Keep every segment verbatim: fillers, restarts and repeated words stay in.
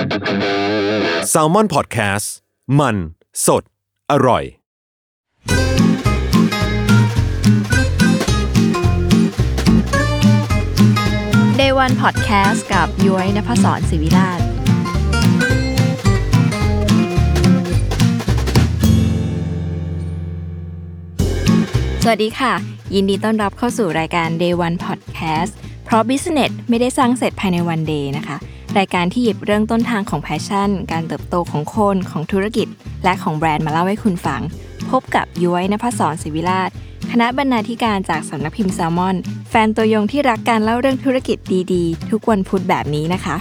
Salmon Podcast มันสดอร่อย Day วัน Podcast กับย้อยณภศร ศิวิราชสวัสดีค่ะยินดีต้อนรับเข้าสู่รายการ Day วัน Podcast เพราะ Business ไม่ได้สร้างเสร็จภายในวัน Day นะคะรายการที่หยิบเรื่องต้นทางของ Passion การเติบโตของคนของธุรกิจและของแบรนด์มาเล่าให้คุณฟังพบกับย้อยณภศร ศิวิราชคณะบรรณาธิการจากสำนักพิมพ์ Salmon แฟนตัวยงที่รักการเล่าเรื่องธุรกิจดีๆทุกวันพุธแบบนี้นะคะ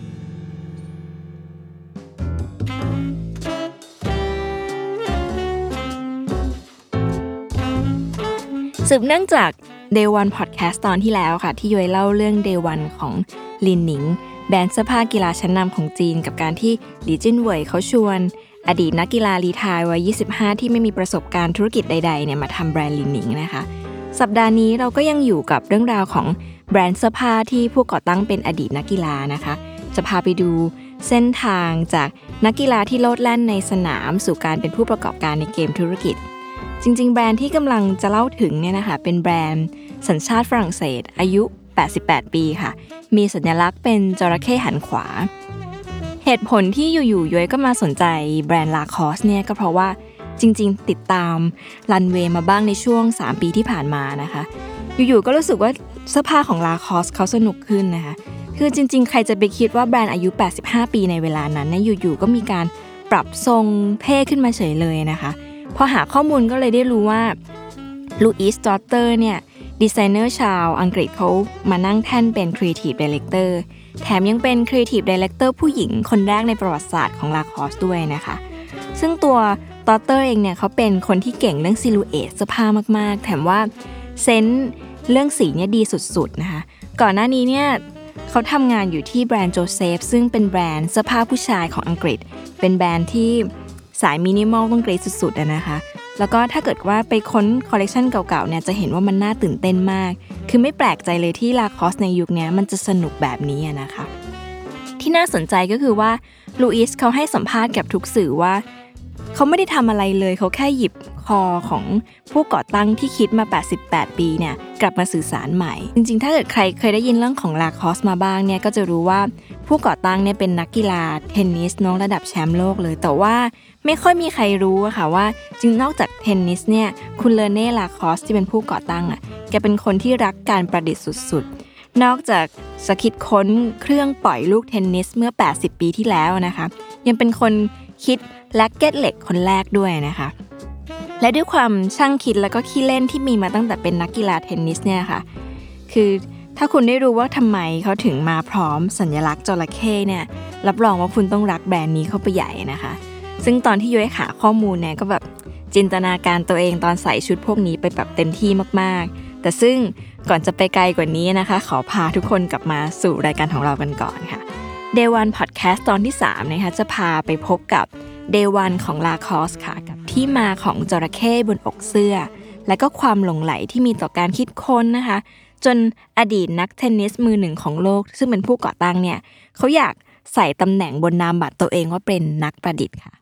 สืบเนื่องจาก Day วัน Podcast ตอนที่แล้วค่ะที่ย้อยเล่าเรื่อง Day วันของลินหนิงแบรนด์เสื้อผ้ากีฬาชั้นนำของจีนกับการที่หลี่จิ้นเหวยเขาชวนอดีตนักกีฬารีไทร์วัยยี่สิบห้าที่ไม่มีประสบการณ์ธุรกิจใดๆเนี่ยมาทำแบรนด์ลินหนิงนะคะสัปดาห์นี้เราก็ยังอยู่กับเรื่องราวของแบรนด์เสื้อผ้าที่ผู้ก่อตั้งเป็นอดีตนักกีฬานะคะจะพาไปดูเส้นทางจากนักกีฬาที่โลดแล่นในสนามสู่การเป็นผู้ประกอบการในเกมธุรกิจจริงๆแบรนด์ที่กำลังจะเล่าถึงเนี่ยนะคะเป็นแบรนด์สัญชาติฝรั่งเศสอายุแปดสิบแปดปีค่ะมีสัญลักษณ์เป็นจระเข้หันขวาเหตุผลที่อยู่ๆย้อยก็มาสนใจแบรนด์ลาคอสเนี่ยก็เพราะว่าจริงๆติดตามรันเวย์มาบ้างในช่วงสามปีที่ผ่านมานะคะอยู่ๆก็รู้สึกว่าเสื้อผ้าของลาคอสเขาสนุกขึ้นนะคะคือจริงๆใครจะไปคิดว่าแบรนด์อายุแปดสิบห้าปีในเวลานั้นเนี่ยอยู่ๆก็มีการปรับทรงเท่ขึ้นมาเฉยเลยนะคะพอหาข้อมูลก็เลยได้รู้ว่าลูอิส ดอตเตอร์เนี่ยดีไซเนอร์ชาวอังกฤษเขามานั่งแท่นเป็น Creative Director แถมยังเป็น Creative Director ผู้หญิงคนแรกในประวัติศาสตร์ของ Lacoste ด้วยนะคะซึ่งตัวดอตเตอร์เองเนี่ยเขาเป็นคนที่เก่งเรื่องซิลูเอทเสื้อผ้ามากๆแถมว่าเซนส์เรื่องสีเนี่ยดีสุดๆนะคะก่อนหน้านี้เนี่ยเขาทำงานอยู่ที่แบรนด์โจเซฟซึ่งเป็นแบรนด์เสื้อผ้าผู้ชายของอังกฤษเป็นแบรนด์ที่สายมินิมอลต้องเกรดสุดๆนะคะแล้วก็ถ้าเกิดว่าไปค้นคอลเลคชันเก่าๆเนี่ยจะเห็นว่ามันน่าตื่นเต้นมากคือไม่แปลกใจเลยที่ลาคอสในยุคนี้มันจะสนุกแบบนี้นะคะที่น่าสนใจก็คือว่าลูอิสเขาให้สัมภาษณ์กับทุกสื่อว่าเขาไม่ได้ทำอะไรเลยเขาแค่หยิบคอของผู้ก่อตั้งที่คิดมาแปดสิบแปดปีเนี่ยกลับมาสื่อสารใหม่จริงๆถ้าเกิดใครเคยได้ยินเรื่องของลาคอสมาบ้างเนี่ยก็จะรู้ว่าผู้ก่อตั้งเนี่ยเป็นนักกีฬาเทนนิสน้องระดับแชมป์โลกเลยแต่ว่าไม่ค่อยมีใครรู้อะค่ะว่าจริงนอกจากเทนนิสเนี่ยคุณเลอเน่ลาคอสที่เป็นผู้ก่อตั้งอะแกเป็นคนที่รักการประดิษฐ์สุดๆนอกจากจะคิดค้นเครื่องปล่อยลูกเทนนิสเมื่อแปดสิบปีที่แล้วนะคะยังเป็นคนคิดแร็คเก็ตเหล็กคนแรกด้วยนะคะและด้วยความช่างคิดแล้วก็ขี้เล่นที่มีมาตั้งแต่เป็นนักกีฬาเทนนิสเนี่ยค่ะคือถ้าคุณได้รู้ว่าทำไมเขาถึงมาพร้อมสัญลักษณ์จระเข้เนี่ยรับรองว่าคุณต้องรักแบรนด์นี้เข้าไปใหญ่นะคะซึ่งตอนที่ย้อยหาข้อมูลเนี่ยก็แบบจินตนาการตัวเองตอนใส่ชุดพวกนี้ไปแบบเต็มที่มากๆแต่ซึ่งก่อนจะไปไกลกว่านี้นะคะขอพาทุกคนกลับมาสู่รายการของเรากันก่อนค่ะ Day วัน Podcast ตอนที่สามนะคะจะพาไปพบกับ Day วัน ของ Lacoste ค่ะกับที่มาของจระเข้บนอกเสื้อและก็ความหลงใหลที่มีต่อการคิดค้นนะคะจนอดีตนักเทนนิสมือหนึ่งของโลกซึ่งเป็นผู้ก่อตั้งเนี่ยเขาอยากใส่ตำแหน่งบนนามบัตรตัวเองว่าเป็นนักประดิษฐ์ค่ะ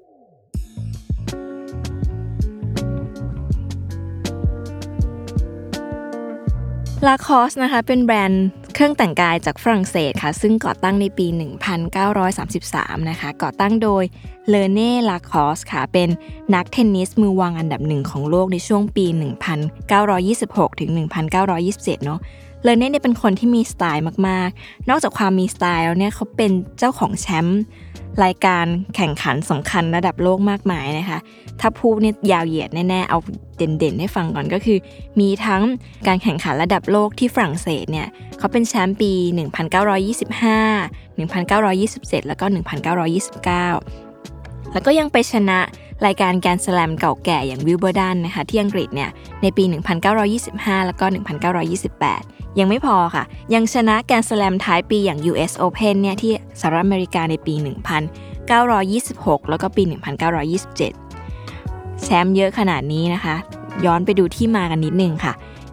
ลาคอสนะคะเป็นแบรนด์เครื่องแต่งกายจากฝรั่งเศสค่ะซึ่งก่อตั้งในปีหนึ่งพันเก้าร้อยสามสิบสามนะคะก่อตั้งโดยเลอเน่ลาคอสค่ะเป็นนักเทนนิสมือวางอันดับหนึ่งของโลกในช่วงปีหนึ่งพันเก้าร้อยยี่สิบหกถึงหนึ่งพันเก้าร้อยยี่สิบเจ็ดเนาะเลอเน่เนี่ยเป็นคนที่มีสไตล์มากๆนอกจากความมีสไตล์แล้วเนี่ยเขาเป็นเจ้าของแชมป์รายการแข่งขันสำคัญระดับโลกมากมายนะคะถ้าพูดเนี่ยยาวเหยียดแน่ๆเอาเด่นๆให้ฟังก่อนก็คือมีทั้งการแข่งขันระดับโลกที่ฝรั่งเศสเนี่ยเขาเป็นแชมป์ปีหนึ่งพันเก้าร้อยยี่สิบห้า หนึ่งพันเก้าร้อยยี่สิบเจ็ดแล้วก็หนึ่งพันเก้าร้อยยี่สิบเก้าแล้วก็ยังไปชนะรายการแกรนด์สแลมเก่าแก่อย่างวิลเบอร์ดันนะคะที่อังกฤษเนี่ยในปีหนึ่งพันเก้าร้อยยี่สิบห้าแล้วก็หนึ่งพันเก้าร้อยยี่สิบแปดยังไม่พอค่ะยังชนะแกรนด์สแลมท้ายปีอย่าง ยู เอส Open เนี่ยที่สหรัฐอเมริกาในปีหนึ่งพันเก้าร้อยยี่สิบหกแล้วก็ปีหนึ่งพันเก้าร้อยยี่สิบเจ็ดแชมป์เยอะขนาดนี้นะคะย้อนไปดูที่มากันนิดนึงค่ะ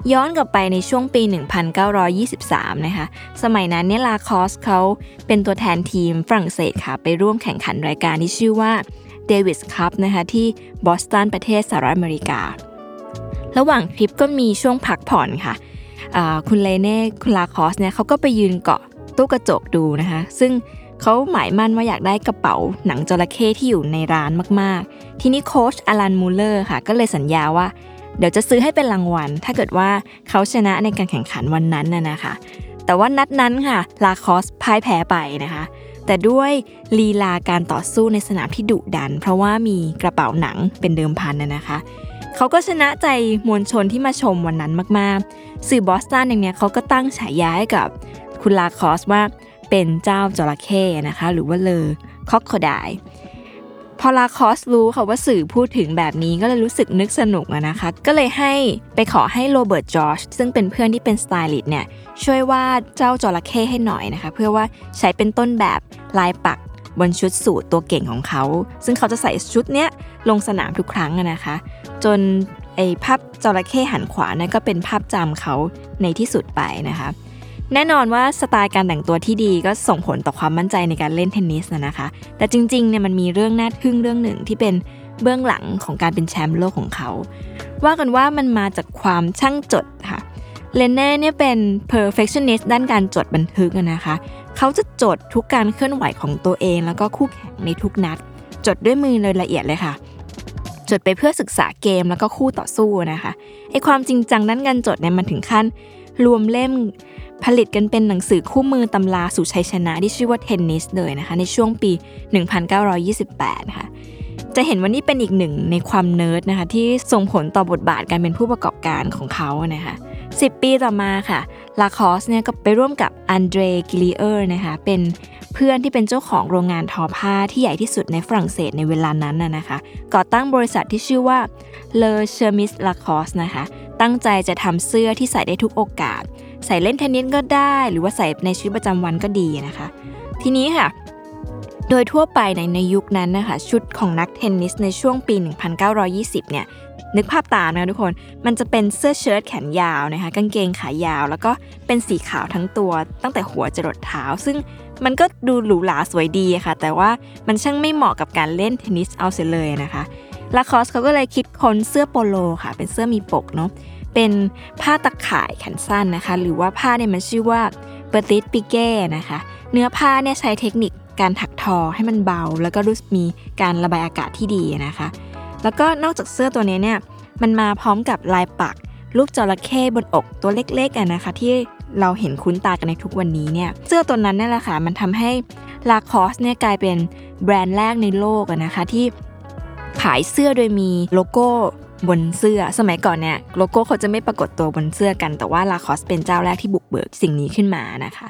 ย้อนกลับไปในช่วงปีหนึ่งพันเก้าร้อยยี่สิบสามนะคะสมัยนั้นเนี่ยลาคอสเขาเป็นตัวแทนทีมฝรั่งเศสค่ะไปร่วมแข่งขันรายการที่ชื่อว่าเดวิสคัพนะคะที่บอสตันประเทศสหรัฐอเมริการะหว่างทริปก็มีช่วงพักผ่อนค่ะคุณเลเน่คุณลาคอสเนี่ยเขาก็ไปยืนเกาะตู้กระจกดูนะคะซึ่งเขาหมายมั่นว่าอยากได้กระเป๋าหนังจระเข้ที่อยู่ในร้านมากๆทีนี้โค้ชอลันมูเลอร์ค่ะก็เลยสัญญาว่าเดี๋ยวจะซื้อให้เป็นรางวัลถ้าเกิดว่าเขาชนะในการแข่งขันวันนั้นน่ะนะคะแต่ว่านัดนั้นค่ะลาคอสพ่ายแพ้ไปนะคะแต่ด้วยลีลาการต่อสู้ในสนามที่ดุดันเพราะว่ามีกระเป๋าหนังเป็นเดิมพันน่ะนะคะเขาก็ชนะใจมวลชนที่มาชมวันนั้นมากๆสื่อบอสตันอย่างเนี้ยเขาก็ตั้งฉายาให้กับคุณลาคอสว่าเป็นเจ้าจระเข้นะคะหรือว่าเลอคอกโคไดพอลาคอสรู้ค่ะว่าสื่อพูดถึงแบบนี้ก็เลยรู้สึกนึกสนุกนะคะก็เลยให้ไปขอให้โรเบิร์ตจอร์จซึ่งเป็นเพื่อนที่เป็นสไตลิสต์เนี่ยช่วยวาดเจ้าจระเข้ให้หน่อยนะคะเพื่อว่าใช้เป็นต้นแบบลายปักบนชุดสูทตัวเก่งของเขาซึ่งเขาจะใส่ชุดเนี้ยลงสนามทุกครั้งนะคะจนไอ้ภาพจระเข้หันขวาเนี่ยก็เป็นภาพจำเขาในที่สุดไปนะคะแน่นอนว่าสไตล์การแต่งตัวที่ดีก็ส่งผลต่อความมั่นใจในการเล่นเทนนิสนะคะแต่จริงๆเนี่ยมันมีเรื่องน่าทึ่งเรื่องหนึ่งที่เป็นเบื้องหลังของการเป็นแชมป์โลกของเขาว่ากันว่ามันมาจากความช่างจดค่ะเลนเน่เนี่ยเป็น perfectionist ด้านการจดบันทึกนะคะเขาจะจดทุกการเคลื่อนไหวของตัวเองแล้วก็คู่แข่งในทุกนัดจดด้วยมือเลยละเอียดเลยค่ะจดไปเพื่อศึกษาเกมแล้วก็คู่ต่อสู้นะคะไอ้ความจริงจังด้านการจดเนี่ยมันถึงขั้นรวมเล่มผลิตกันเป็นหนังสือคู่มือตำราสู่ชัยชนะที่ชื่อว่าเทนนิสเลยนะคะในช่วงปีหนึ่งพันเก้าร้อยยี่สิบแปดนะคะจะเห็นว่านี่เป็นอีกหนึ่งในความเนิร์ดนะคะที่ส่งผลต่อบทบาทการเป็นผู้ประกอบการของเขานะคะสิบปีต่อมาค่ะลาคอสเนี่ยก็ไปร่วมกับอันเดรกิลิเออร์นะคะเป็นเพื่อนที่เป็นเจ้าของโรงงานทอผ้าที่ใหญ่ที่สุดในฝรั่งเศสในเวลานั้นน่ะนะคะก่อตั้งบริษัทที่ชื่อว่าเลอเชอร์มิสลาคอสนะคะตั้งใจจะทำเสื้อที่ใส่ได้ทุกโอกาสใส่เล่นเทนนิสก็ได้หรือว่าใส่ในชีวิตประจำวันก็ดีนะคะทีนี้ค่ะโดยทั่วไปในในยุคนั้นนะคะชุดของนักเทนนิสในช่วงปีหนึ่งพันเก้าร้อยยี่สิบเนี่ยนึกภาพตามนะทุกคนมันจะเป็นเสื้อเชิ้ตแขนยาวนะคะกางเกงขายาวแล้วก็เป็นสีขาวทั้งตัวตั้งแต่หัวจรดเท้าซึ่งมันก็ดูหรูหราสวยดีค่ะแต่ว่ามันช่างไม่เหมาะกับการเล่นเทนนิสเอาเสียเลยนะคะลาคอสเขาก็เลยคิดค้นเสื้อโปโลค่ะเป็นเสื้อมีปกเนาะเป็นผ้าตะข่ายแขนสั้นนะคะหรือว่าผ้าเนี่ยมันชื่อว่าเปอร์ติสปิเก้นะคะเนื้อผ้าเนี่ยใช้เทคนิคการถักทอให้มันเบาแล้วก็รู้สึกมีการระบายอากาศที่ดีนะคะแล้วก็นอกจากเสื้อตัวนี้เนี่ยมันมาพร้อมกับลายปักรูปจระเข้บนอกตัวเล็กๆอ่ะนะคะที่เราเห็นคุ้นตากันในทุกวันนี้เนี่ยเสื้อตัวนั้นนี่แหละค่ะมันทำให้ลาคอสเนี่ยกลายเป็นแบรนด์แรกในโลกอ่ะนะคะที่ขายเสื้อโดยมีโลโก้บนเสื้อสมัยก่อนเนี่ยโลโก้เขาจะไม่ปรากฏตัวบนเสื้อกันแต่ว่าลาคอสเป็นเจ้าแรกที่บุกเบิกสิ่งนี้ขึ้นมานะคะ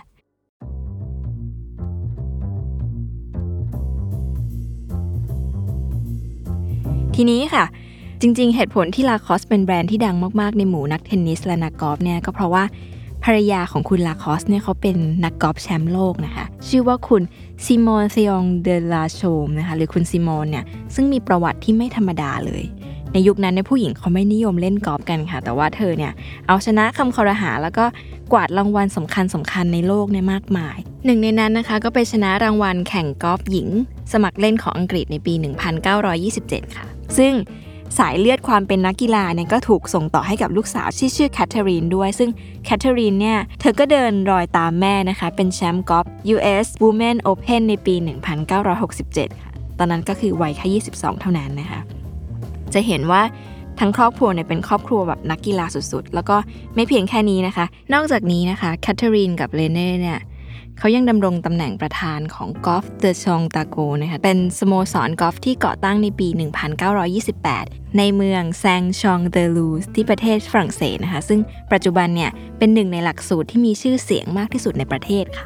ทีนี้ค่ะจริงๆเหตุผลที่ลาคอสเป็นแบรนด์ที่ดังมากๆในหมู่นักเทนนิสและนักกอล์ฟเนี่ยก็เพราะว่าภรรยาของคุณลาคอสเนี่ยเขาเป็นนักกอล์ฟแชมป์โลกนะคะชื่อว่าคุณซิโมนเซยองเดลาโชมนะคะหรือคุณซิโมนเนี่ยซึ่งมีประวัติที่ไม่ธรรมดาเลยในยุคนั้นเนี่ยผู้หญิงเขาไม่นิยมเล่นกอล์ฟกันค่ะแต่ว่าเธอเนี่ยเอาชนะคำคอรหาแล้วก็กวาดรางวัลสำคัญสำคัญในโลกเนี่ยมากมายหนึ่งในนั้นนะคะก็ไปชนะรางวัลแข่งกอล์ฟหญิงสมัครเล่นของอังกฤษในปีหนึ่งพันเก้าร้อยยี่สิบเจ็ดค่ะซึ่งสายเลือดความเป็นนักกีฬาเนี่ยก็ถูกส่งต่อให้กับลูกสาวที่ชื่อแคทเธอรีนด้วยซึ่งแคทเธอรีนเนี่ยเธอก็เดินรอยตามแม่นะคะเป็นแชมป์กอล์ฟ ยู เอส Women Open ในปีหนึ่งพันเก้าร้อยหกสิบเจ็ดค่ะตอนนั้นก็คือวัยแค่ยี่สิบสองเท่านั้นนะคะจะเห็นว่าทั้งครอบครัวเนี่ยเป็นครอบครัวแบบนักกีฬาสุดๆแล้วก็ไม่เพียงแค่นี้นะคะนอกจากนี้นะคะแคทเธอรีนกับเลเน่เนี่ยเขายังดำรงตำแหน่งประธานของกอล์ฟเดอชองตาโกนะคะเป็นสโมสรกอล์ฟที่ก่อตั้งในปีหนึ่งพันเก้าร้อยยี่สิบแปดในเมืองแซงชองเดลูสที่ประเทศฝรั่งเศสนะคะซึ่งปัจจุบันเนี่ยเป็นหนึ่งในหลักสูตรที่มีชื่อเสียงมากที่สุดในประเทศค่ะ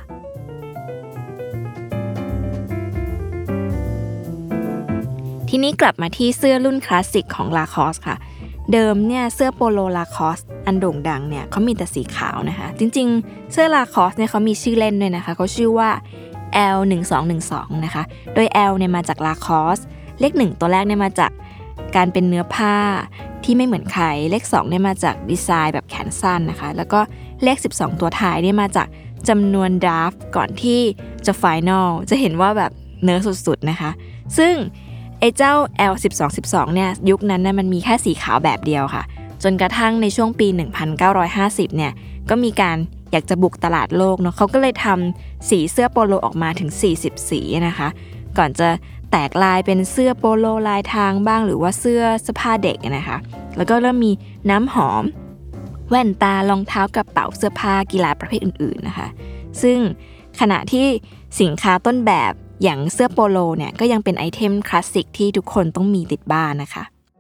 ทีนี้กลับมาที่เสื้อรุ่นคลาสสิกของลาคอสค่ะเดิมเนี่ยเสื้อโปโลลาคอสอันโด่งดังเนี่ยเขามีแต่สีขาวนะคะจริงๆเสื้อลาคอสเนี่ยเขามีชื่อเล่นด้วยนะคะเขาชื่อว่า แอล หนึ่งสองหนึ่งสอง นะคะโดย L เนี่ยมาจากลาคอสเลขหนึ่งตัวแรกเนี่ยมาจากการเป็นเนื้อผ้าที่ไม่เหมือนใครเลขสองเนี่ยมาจากดีไซน์แบบแขนสั้นนะคะแล้วก็เลขสิบสองตัวท้ายเนี่ยมาจากจำนวนดราฟต์ก่อนที่จะไฟนอลจะเห็นว่าแบบเนื้อสุดๆนะคะซึ่งไอ้เจ้า แอล สิบสอง สิบสอง เนี่ยยุคนั้นนะมันมีแค่สีขาวแบบเดียวค่ะจนกระทั่งในช่วงปีหนึ่งพันเก้าร้อยห้าสิบเนี่ยก็มีการอยากจะบุกตลาดโลกเนาะเขาก็เลยทำสีเสื้อโปโลออกมาถึงสี่สิบสีนะคะก่อนจะแตกลายเป็นเสื้อโปโลลายทางบ้างหรือว่าเสื้อเสื้อผ้าเด็กนะคะแล้วก็เริ่มมีน้ำหอมแว่นตารองเท้ากระเป๋าเสื้อผ้ากีฬาประเภทอื่นๆนะคะซึ่งขณะที่สินค้าต้นแบบอย่างเสื้อโปโลเนี่ยก็ยังเป็นไอเทมคลาสสิกที่ทุกคนต้องมีติดบ้านนะคะ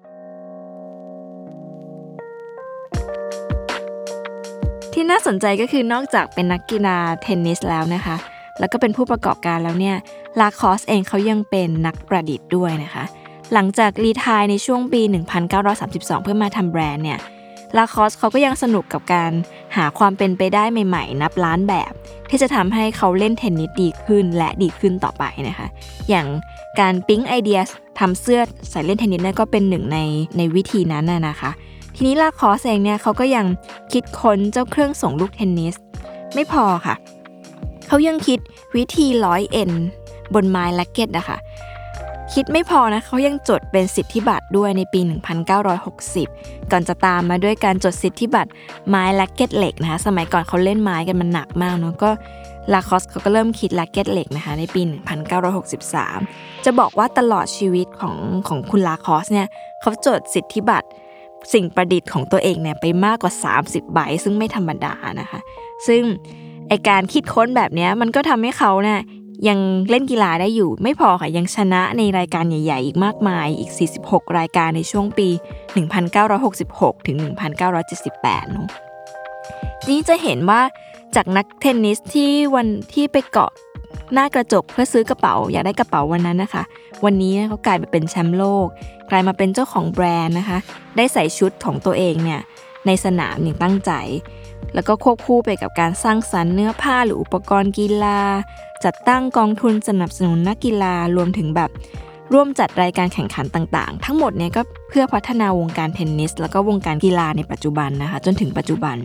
ที่น่าสนใจก็คือนอกจากเป็นนักกีฬาเทนนิสแล้วนะคะแล้วก็เป็นผู้ประกอบการแล้วเนี่ยลาคอสเองเขายังเป็นนักประดิษฐ์ด้วยนะคะหลังจากรีไทร์ในช่วงปีหนึ่งพันเก้าร้อยสามสิบสองเพื่อมาทำแบรนด์เนี่ยลาคอสเขาก็ยังสนุกกับการหาความเป็นไปได้ใหม่ๆนับล้านแบบที่จะทำให้เขาเล่นเทนนิสดีขึ้นและดีขึ้นต่อไปนะคะอย่างการปิ๊งไอเดียทำเสื้อใส่เล่นเทนนิสเนี่ยก็เป็นหนึ่งในในวิธีนั้นน่ะนะคะทีนี้ลาคอสเองเนี่ยเขาก็ยังคิดค้นเจ้าเครื่องส่งลูกเทนนิสไม่พอค่ะเขายังคิดวิธีร้อยเอ็นบนไม้แร็คเก็ตนะคะคิดไม่พอนะเขายังจดเป็นสิทธิบัตรด้วยในปีหนึ่งพันเก้าร้อยหกสิบก่อนจะตามมาด้วยการจดสิทธิบัตรไม้แร็คเก็ตเหล็กนะคะสมัยก่อนเขาเล่นไม้กันมันหนักมากเนาะก็ลาคอสเขาก็เริ่มคิดแร็คเก็ตเหล็กนะคะในปีหนึ่งพันเก้าร้อยหกสิบสามจะบอกว่าตลอดชีวิตของของคุณลาคอสเนี่ยเขาจดสิทธิบัตรสิ่งประดิษฐ์ของตัวเองเนี่ยไปมากกว่าสามสิบใบซึ่งไม่ธรรมดานะคะซึ่งไอการคิดค้นแบบนี้มันก็ทำให้เขาเนี่ยยังเล่นกีฬาได้อยู่ไม่พอค่ะยังชนะในรายการใหญ่ๆอีกมากมายอีกสี่สิบหกรายการในช่วงปีหนึ่งพันเก้าร้อยหกสิบหกถึงหนึ่งพันเก้าร้อยเจ็ดสิบแปดเนาะนี่จะเห็นว่าจากนักเทนนิสที่วันที่ไปเกาะหน้ากระจกเพื่อซื้อกระเป๋าอยากได้กระเป๋าวันนั้นนะคะวันนี้เขากลายมาเป็นแชมป์โลกกลายมาเป็นเจ้าของแบรนด์นะคะได้ใส่ชุดของตัวเองเนี่ยในสนามอย่างตั้งใจแล้วก็ควบคู่ไปกับการสร้างสรรค์เนื้อผ้าหรืออุปกรณ์กีฬาจัดตั้งกองทุนสนับสนุนนักกีฬารวมถึงแบบร่วมจัดรายการแข่งขันต่างๆทั้งหมดเนี่ยก็เพื่อพัฒนาวงการเทนนิสแล้วก็วงการกีฬาในปัจจุบันนะคะจนถึงปัจจุบัน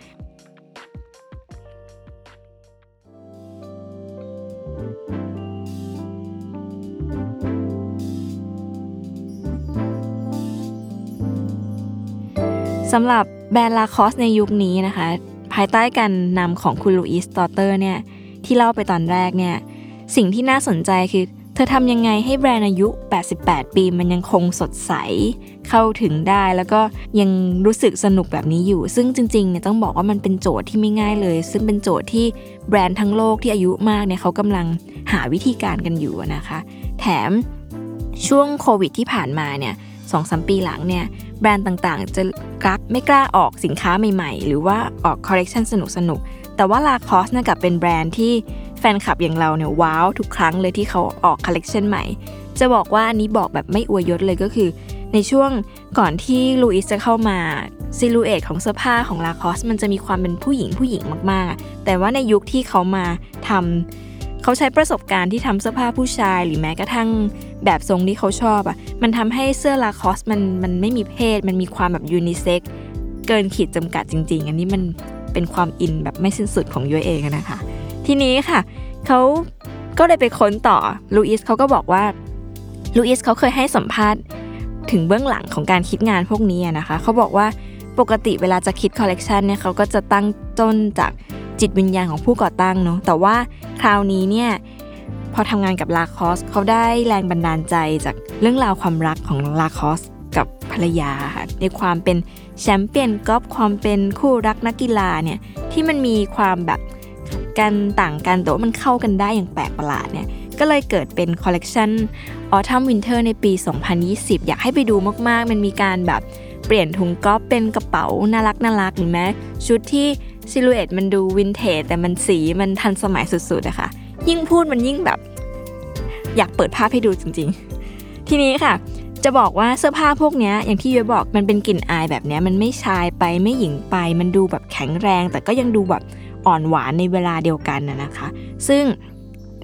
สำหรับแบรนด์ลาคอสในยุคนี้นะคะภายใต้การนำของคุณลูอิส ดอเตอร์เนี่ยที่เล่าไปตอนแรกเนี่ยสิ่งที่น่าสนใจคือเธอทำยังไงให้แบรนด์อายุแปดสิบแปดปีมันยังคงสดใสเข้าถึงได้แล้วก็ยังรู้สึกสนุกแบบนี้อยู่ซึ่งจริงๆเนี่ยต้องบอกว่ามันเป็นโจทย์ที่ไม่ง่ายเลยซึ่งเป็นโจทย์ที่แบรนด์ทั้งโลกที่อายุมากเนี่ยเขากำลังหาวิธีการกันอยู่นะคะแถมช่วงโควิดที่ผ่านมาเนี่ย สองถึงสาม ปีหลังเนี่ยแบรนด์ต่างๆจะกลับไม่กล้าออกสินค้าใหม่ๆหรือว่าออกคอลเลคชันสนุกๆแต่ว่า Lacoste น่ะกับเป็นแบรนด์ที่แฟนคลับอย่างเราเนี่ยว้าวทุกครั้งเลยที่เขาออกคอลเลคชันใหม่จะบอกว่าอันนี้บอกแบบไม่อวยยศเลยก็คือในช่วงก่อนที่ลูอิสจะเข้ามาซิลูเอทของเสื้อผ้าของ Lacoste มันจะมีความเป็นผู้หญิงผู้หญิงมากๆแต่ว่าในยุคที่เขามาทำเขาใช้ประสบการณ์ที่ทำเสื้อผ้าผู้ชายหรือแม้กระทั่งแบบทรงที่เขาชอบอ่ะมันทำให้เสื้อ Lacoste มันมันไม่มีเพศมันมีความแบบยูนิเซ็กเกินขีดจำกัดจริงๆอันนี้มันเป็นความอินแบบไม่สิ้นสุดของยุ้ยเองนะคะทีนี้ค่ะเขาก็เลยไปค้นต่อลูอิสเขาก็บอกว่าลูอิสเขาเคยให้สัมภาษณ์ถึงเบื้องหลังของการคิดงานพวกนี้นะคะเขาบอกว่าปกติเวลาจะคิดคอลเลกชันเนี่ยเขาก็จะตั้งต้นจากจิตวิญญาณของผู้ก่อตั้งเนาะแต่ว่าคราวนี้เนี่ยพอทำงานกับ Lacoste เขาได้แรงบันดาลใจจากเรื่องราวความรักของ Lacoste กับภรรยาค่ะในความเป็นแชมเปี้ยนกอล์ฟความเป็นคู่รักนักกีฬาเนี่ยที่มันมีความแบบกันต่างกันแต่ว่ามันเข้ากันได้อย่างแปลกประหลาดเนี่ยก็เลยเกิดเป็นคอลเลกชัน Autumn Winter ในปีสองพันยี่สิบอยากให้ไปดูมากๆมันมีการแบบเปลี่ยนถุงกอล์ฟเป็นกระเป๋าน่ารักน่ารักหรือแม้ชุดที่ซิลูเอตมันดูวินเทจแต่มันสีมันทันสมัยสุดๆนะคะยิ่งพูดมันยิ่งแบบอยากเปิดภาพให้ดูจริงๆทีนี้ค่ะจะบอกว่าเสื้อผ้าพวกนี้อย่างที่ยุ้ยบอกมันเป็นกลิ่นอายแบบนี้มันไม่ชายไปไม่หญิงไปมันดูแบบแข็งแรงแต่ก็ยังดูแบบอ่อนหวานในเวลาเดียวกันนะนะคะซึ่ง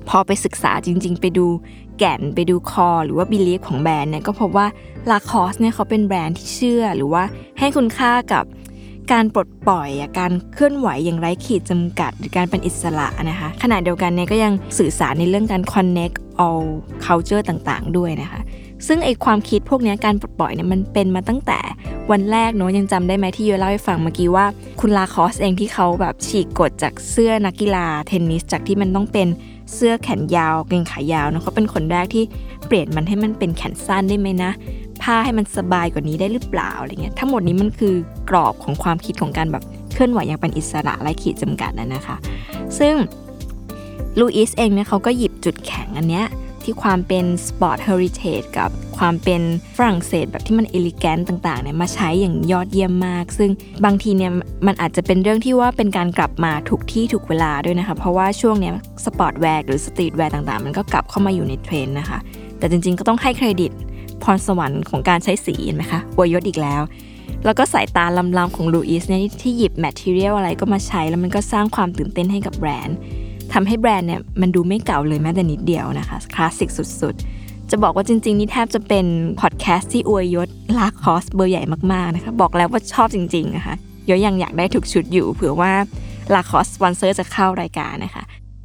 พอไปศึกษาจริงๆไปดูแก่นไปดูคอหรือว่า belief ของแบรนด์เนี่ยก็พบว่า Lacoste เนี่ยเขาเป็นแบรนด์ที่เชื่อหรือว่าให้คุณค่ากับการปลดปล่อยการเคลื่อนไหวอย่างไร้ขีดจำกัดหรือการเป็นอิสระนะคะขณะเดียวกันเนี่ยก็ยังสื่อสารในเรื่องการ connect all culture ต่างๆด้วยนะคะซึ่งไอความคิดพวกนี้การปลดปล่อยเนี่ยมันเป็นมาตั้งแต่วันแรกเนาะยังจำได้ไหมที่โยเล่าให้ฟังเมื่อกี้ว่าคุณลาคอสเองที่เขาแบบฉีกกฎจากเสื้อนักกีฬาเทนนิสจากที่มันต้องเป็นเสื้อแขนยาวกางเกงขายาวเนาะเขาเป็นคนแรกที่เปลี่ยนมันให้มันเป็นแขนสั้นได้ไหมนะผ้าให้มันสบายกว่านี้ได้หรือเปล่าอะไรเงี้ยทั้งหมดนี้มันคือกรอบของความคิดของการแบบเคลื่อนไหวอย่างเป็นอิสระไร้ขีดจำกัดนะนะคะซึ่งลูอิสเองเนี่ยเขาก็หยิบจุดแข็งอันเนี้ยที่ความเป็นสปอร์ตเฮอริเทจกับความเป็นฝรั่งเศสแบบที่มันเอลิแกนต์ต่างๆเนี่ยมาใช้อย่างยอดเยี่ยมมากซึ่งบางทีเนี่ยมันอาจจะเป็นเรื่องที่ว่าเป็นการกลับมาถูกที่ถูกเวลาด้วยนะคะเพราะว่าช่วงเนี้ยสปอร์ตแวร์หรือสตรีทแวร์ต่างๆมันก็กลับเข้ามาอยู่ในเทรนด์นะคะแต่จริงๆก็ต้องให้เครดิตพรสวรรค์ของการใช้สีเห็นไหมคะอวยยศอีกแล้วแล้วก็สายตาล้ำๆของลูอิสเนี่ยที่หยิบแมททีเรียลอะไรก็มาใช้แล้วมันก็สร้างความตื่นเต้นให้กับแบรนด์ทำให้แบรนด์เนี่ยมันดูไม่เก่าเลยแม้แต่นิดเดียวนะคะคลาสสิกสุดๆจะบอกว่าจริงๆนี่แทบจะเป็นพอดแคสต์ที่อวยยศลาคอสเบอร์ใหญ่มากๆนะคะบอกแล้วว่าชอบจริงๆนะคะยศยังอยากได้ทุกชุดอยู่เผื่อว่าลาคอสสปอนเซอร์จะเข้ารายการนะคะ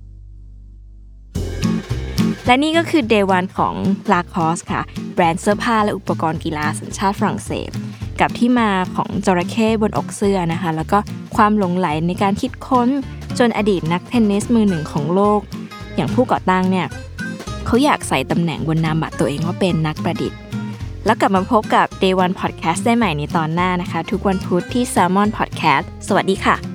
และนี่ก็คือ Day วัน ของ Lacoste ค่ะแบรนด์เสื้อผ้าและอุปกรณ์กีฬาสัญชาติฝรั่งเศสกับที่มาของจระเข้บนอกเสื้อนะคะแล้วก็ความหลงใหลในการคิดค้นจนอดีตนักเทนนิสมือหนึ่งของโลกอย่างผู้ก่อตั้งเนี่ยเขาอยากใส่ตำแหน่งบนนามบัตรตัวเองว่าเป็นนักประดิษฐ์แล้วกลับมาพบกับ Day วัน Podcast ได้ใหม่ในตอนหน้านะคะทุกวันพุธที่ Salmon Podcast สวัสดีค่ะ